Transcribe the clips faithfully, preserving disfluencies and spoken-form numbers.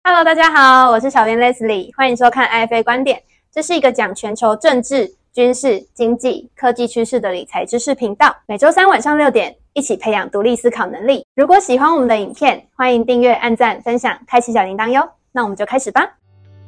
Hello， 大家好，我是小编 Leslie， 欢迎收看 I F A 观点。这是一个讲全球政治、军事、经济、科技趋势的理财知识频道。每周三晚上六点，一起培养独立思考能力。如果喜欢我们的影片，欢迎订阅、按赞、分享、开启小铃铛哟。那我们就开始吧。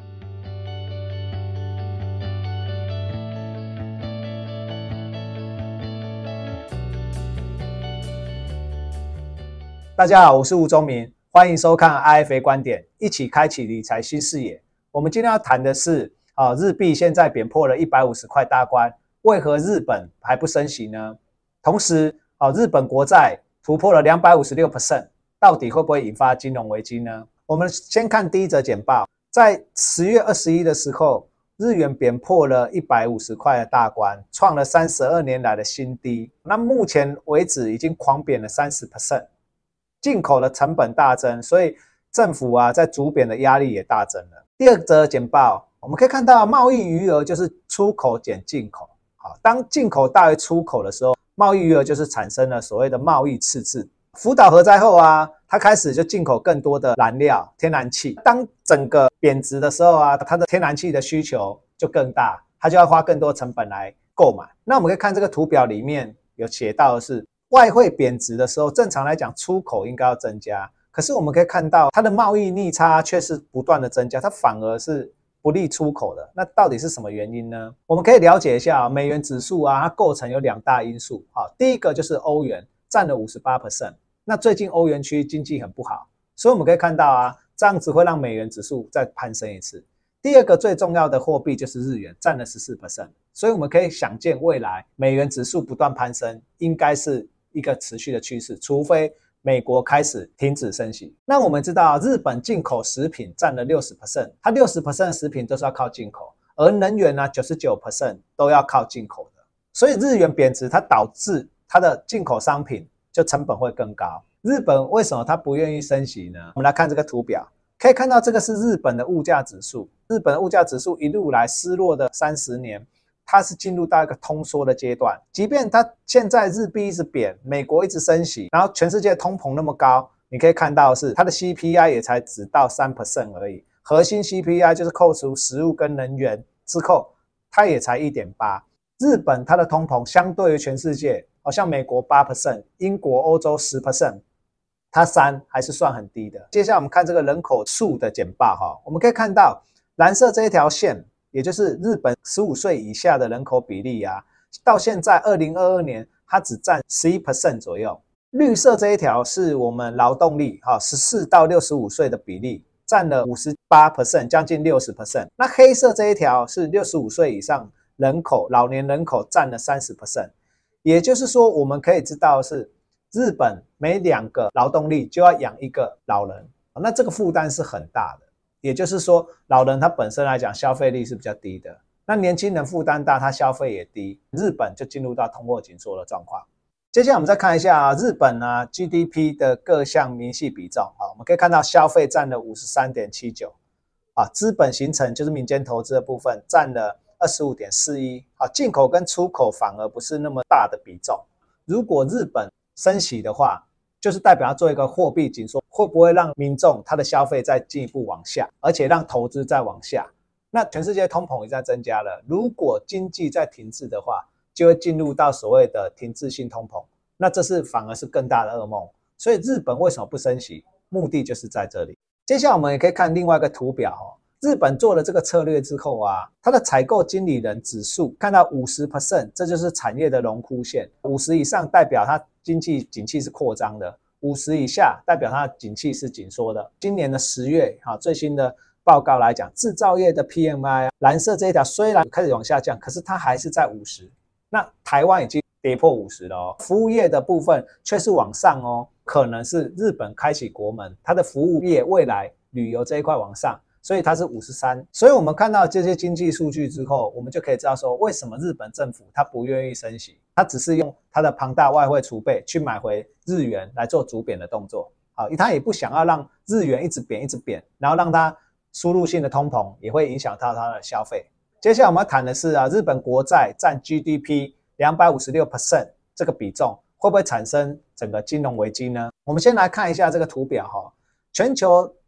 大家好，我是吴宗明，欢迎收看 I F A 观点，一起开启理财新视野。我们今天要谈的是，啊，日币现在贬破了一百五十块大关，为何日本还不升息呢？同时，啊，日本国债突破了 百分之两百五十六， 到底会不会引发金融危机呢？我们先看第一则简报，在十月二十一的时候，日元贬破了一百五十块的大关，创了三十二年来的新低。那目前为止已经狂贬了 百分之三十。进口的成本大增，所以政府啊在逐贬的压力也大增了。第二则简报，我们可以看到贸易余额就是出口减进口。好，当进口大于出口的时候，贸易余额就是产生了所谓的贸易赤字。福岛核灾后啊，它开始就进口更多的燃料、天然气。当整个贬值的时候啊，它的天然气的需求就更大，它就要花更多成本来购买。那我们可以看这个图表里面有写到的是，外汇贬值的时候，正常来讲出口应该要增加，可是我们可以看到它的贸易逆差却是不断的增加，它反而是不利出口的。那到底是什么原因呢？我们可以了解一下，美元指数啊，它构成有两大因素。好，第一个就是欧元占了 百分之五十八， 那最近欧元区经济很不好，所以我们可以看到啊，这样子会让美元指数再攀升一次。第二个最重要的货币就是日元，占了 百分之十四， 所以我们可以想见未来美元指数不断攀升，应该是一个持续的趋势，除非美国开始停止升息。那我们知道日本进口食品占了 百分之六十， 它 百分之六十 的食品都是要靠进口，而能源呢 百分之九十九 都要靠进口的。所以日元贬值，它导致它的进口商品就成本会更高。日本为什么它不愿意升息呢？我们来看这个图表，可以看到这个是日本的物价指数，日本的物价指数一路来失落的三十年，它是进入到一个通缩的阶段，即便它现在日币一直贬，美国一直升息，然后全世界通膨那么高，你可以看到的是它的 C P I 也才只到 百分之三 而已，核心 C P I 就是扣除食物跟能源之后，它也才 一点八。 日本它的通膨相对于全世界，好像美国 百分之八， 英国、欧洲 百分之十， 它三还是算很低的。接下来我们看这个人口数的简报哈，我们可以看到蓝色这一条线，也就是日本十五岁以下的人口比例啊，到现在二零二二年它只占 百分之十一 左右。绿色这一条是我们劳动力哈，十四到六十五岁的比例占了 百分之五十八， 将近 百分之六十。 那黑色这一条是六十五岁以上人口，老年人口占了 百分之三十。 也就是说我们可以知道是日本每两个劳动力就要养一个老人，那这个负担是很大的。也就是说老人他本身来讲消费力是比较低的，那年轻人负担大，他消费也低，日本就进入到通货紧缩的状况。接下来我们再看一下、啊、日本啊 G D P 的各项明细比重、啊、我们可以看到消费占了 百分之五十三点七九、啊、资本形成就是民间投资的部分占了 二十五点四一、啊、进口跟出口反而不是那么大的比重。如果日本升息的话，就是代表要做一个货币紧缩，会不会让民众他的消费再进一步往下，而且让投资再往下？那全世界通膨也在增加了，如果经济再停滞的话，就会进入到所谓的停滞性通膨，那这是反而是更大的噩梦。所以日本为什么不升息？目的就是在这里。接下来我们也可以看另外一个图表、哦、日本做了这个策略之后啊，它的采购经理人指数看到 百分之五十， 这就是产业的荣枯线，五十以上代表它经济景气是扩张的，五十以下代表它的景气是紧缩的。今年的十月最新的报告来讲，制造业的 P M I 蓝色这一条虽然开始往下降，可是它还是在五十。那台湾已经跌破五十了哦，服务业的部分却是往上哦，可能是日本开启国门，它的服务业未来旅游这一块往上，所以它是五十三。所以我们看到这些经济数据之后，我们就可以知道说为什么日本政府它不愿意升息，它只是用它的庞大外汇储备去买回日元来做逐贬的动作。好，它也不想要让日元一直贬一直贬，然后让它输入性的通膨也会影响到它的消费。接下来我们要谈的是啊，日本国债占 G D P 百分之两百五十六 这个比重会不会产生整个金融危机呢？我们先来看一下这个图表哈，全球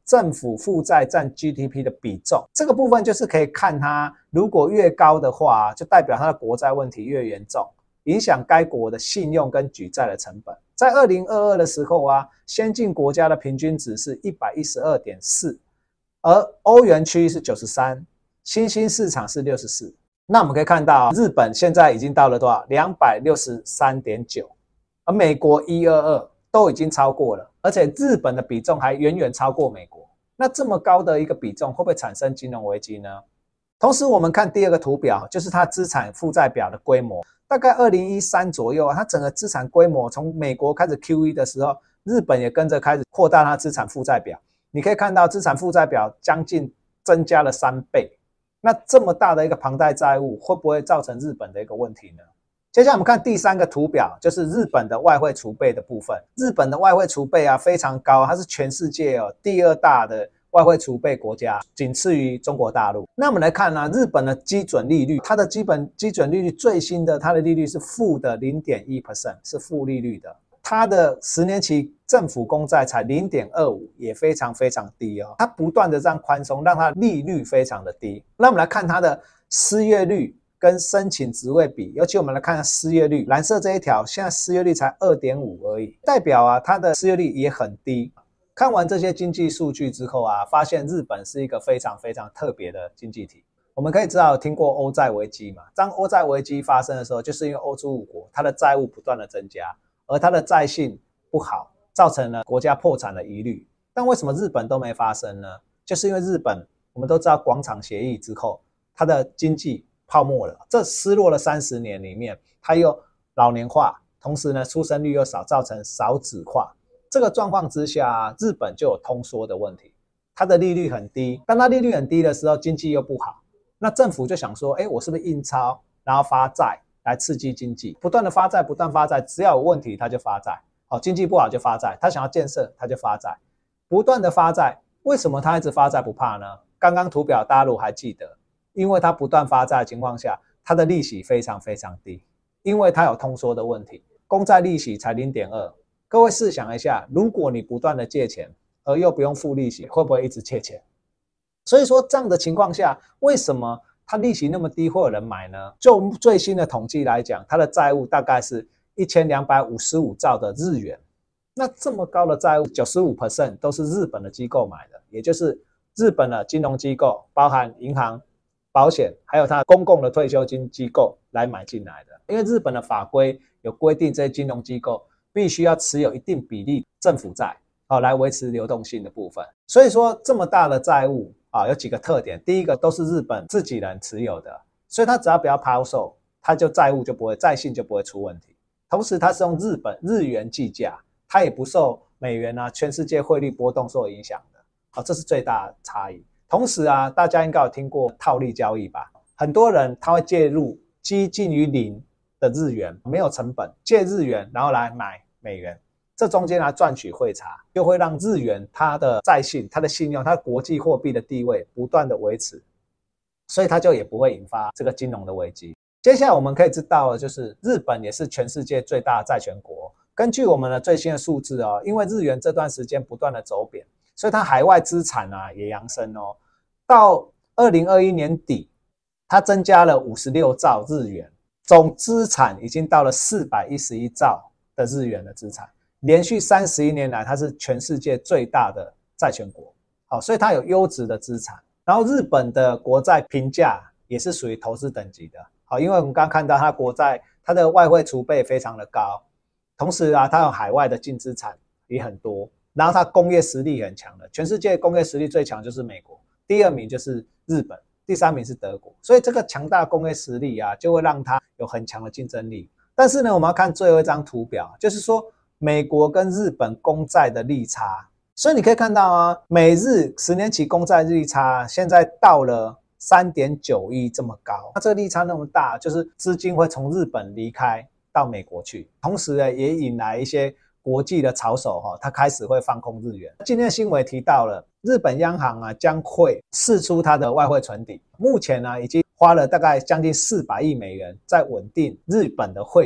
政府负债占 G D P 的比重，这个部分就是可以看它如果越高的话，就代表它的国债问题越严重，影响该国的信用跟举债的成本。在二零二二的时候啊，先进国家的平均值是 一百一十二点四， 而欧元区是九十三，新兴市场是六十四。那我们可以看到，日本现在已经到了多少 ？两百六十三点九， 而美国一百二十二都已经超过了，而且日本的比重还远远超过美国。那这么高的一个比重会不会产生金融危机呢？同时我们看第二个图表，就是它资产负债表的规模，大概二零一三左右，它整个资产规模从美国开始 Q E 的时候，日本也跟着开始扩大它资产负债表。你可以看到资产负债表将近增加了三倍。那这么大的一个庞大债务会不会造成日本的一个问题呢？接下来我们看第三个图表，就是日本的外汇储备的部分。日本的外汇储备啊非常高，它是全世界哦第二大的外汇储备国家，仅次于中国大陆。那我们来看啊，日本的基准利率，它的基本基准利率最新的它的利率是负的 百分之零点一， 是负利率的。它的十年期政府公债才 零点二五， 也非常非常低哦。它不断的这样宽松，让它利率非常的低。那我们来看它的失业率跟申请职位比，尤其我们来看失业率，蓝色这一条，现在失业率才 二点五 而已，代表啊它的失业率也很低。看完这些经济数据之后啊，发现日本是一个非常非常特别的经济体。我们可以知道听过欧债危机嘛？当欧债危机发生的时候，就是因为欧洲五国它的债务不断的增加，而它的债信不好，造成了国家破产的疑虑。但为什么日本都没发生呢？就是因为日本我们都知道广场协议之后，它的经济泡沫了，这失落了三十年里面，它又老年化，同时呢出生率又少，造成少子化。这个状况之下，日本就有通缩的问题，它的利率很低。当它利率很低的时候，经济又不好，那政府就想说，哎，我是不是印钞，然后发债来刺激经济，不断的发债，不断发债，只要有问题它就发债，好，经济不好就发债，他想要建设他就发债，不断的发债。为什么他一直发债不怕呢？刚刚图表大家如果还记得，因为他不断发债的情况下，他的利息非常非常低，因为他有通缩的问题，公债利息才 零点二。各位试想一下，如果你不断的借钱，而又不用付利息，会不会一直借钱？所以说这样的情况下，为什么它利息那么低会有人买呢？就最新的统计来讲，它的债务大概是一千两百五十五兆的日元。那这么高的债务 百分之九十五 都是日本的机构买的，也就是日本的金融机构，包含银行、保险，还有它公共的退休金机构来买进来的。因为日本的法规有规定，这些金融机构必须要持有一定比例政府债，哦，来维持流动性的部分。所以说这么大的债务啊，有几个特点。第一个都是日本自己人持有的，所以他只要不要抛售，他就债务就不会债信就不会出问题。同时它是用日本日元计价，它也不受美元啊全世界汇率波动所影响的，好，这是最大的差异。同时啊，大家应该有听过套利交易吧？很多人他会介入接近于零的日元，没有成本，借日元然后来买美元，这中间来赚取汇差，就会让日元它的债信、它的信用、它国际货币的地位不断的维持，所以它就也不会引发这个金融的危机。接下来我们可以知道的就是日本也是全世界最大的债权国。根据我们的最新的数字哦，因为日元这段时间不断的走贬，所以它海外资产啊也扬升哦。到二零二一年底，它增加了五十六兆日元，总资产已经到了四百一十一兆的日元的资产，连续三十一年来，它是全世界最大的债权国。好，所以它有优质的资产。然后日本的国债评价也是属于投资等级的。好，因为我们刚刚看到它国债，它的外汇储备非常的高，同时啊，它有海外的净资产也很多，然后它工业实力也很强的，全世界工业实力最强就是美国，第二名就是日本，第三名是德国，所以这个强大工业实力啊，就会让它有很强的竞争力。但是呢，我们要看最后一张图表，就是说美国跟日本公债的利差，所以你可以看到啊，美日十年期公债利差现在到了三点九一这么高，那这个利差那么大，就是资金会从日本离开到美国去，同时呢也引来一些国际的潮手哈，他开始会放空日元。今天的新闻提到了日本央行啊将会释出它的外汇存底，目前呢已经花了大概将近四百亿美元在稳定日本的汇率，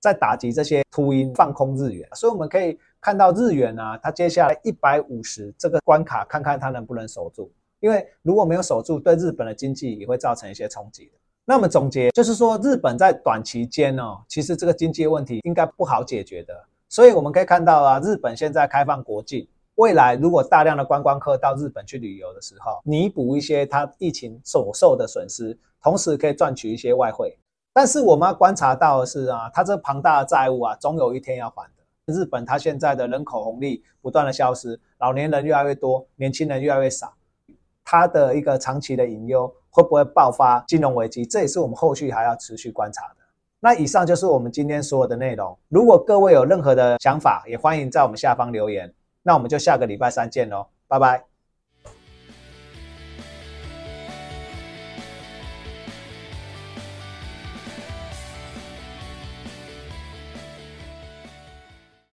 在打击这些秃鹰放空日元，所以我们可以看到日元啊，它接下来一百五十这个关卡，看看它能不能守住。因为如果没有守住，对日本的经济也会造成一些冲击的。那么总结就是说，日本在短期间哦，其实这个经济问题应该不好解决的。所以我们可以看到啊，日本现在开放国境，未来如果大量的观光客到日本去旅游的时候，弥补一些它疫情所受的损失，同时可以赚取一些外汇。但是我们要观察到的是啊，它这庞大的债务啊，总有一天要还的。日本它现在的人口红利不断的消失，老年人越来越多，年轻人越来越少。它的一个长期的隐忧会不会爆发金融危机，这也是我们后续还要持续观察的。那以上就是我们今天所有的内容，如果各位有任何的想法，也欢迎在我们下方留言。那我们就下个礼拜三见咯，拜拜。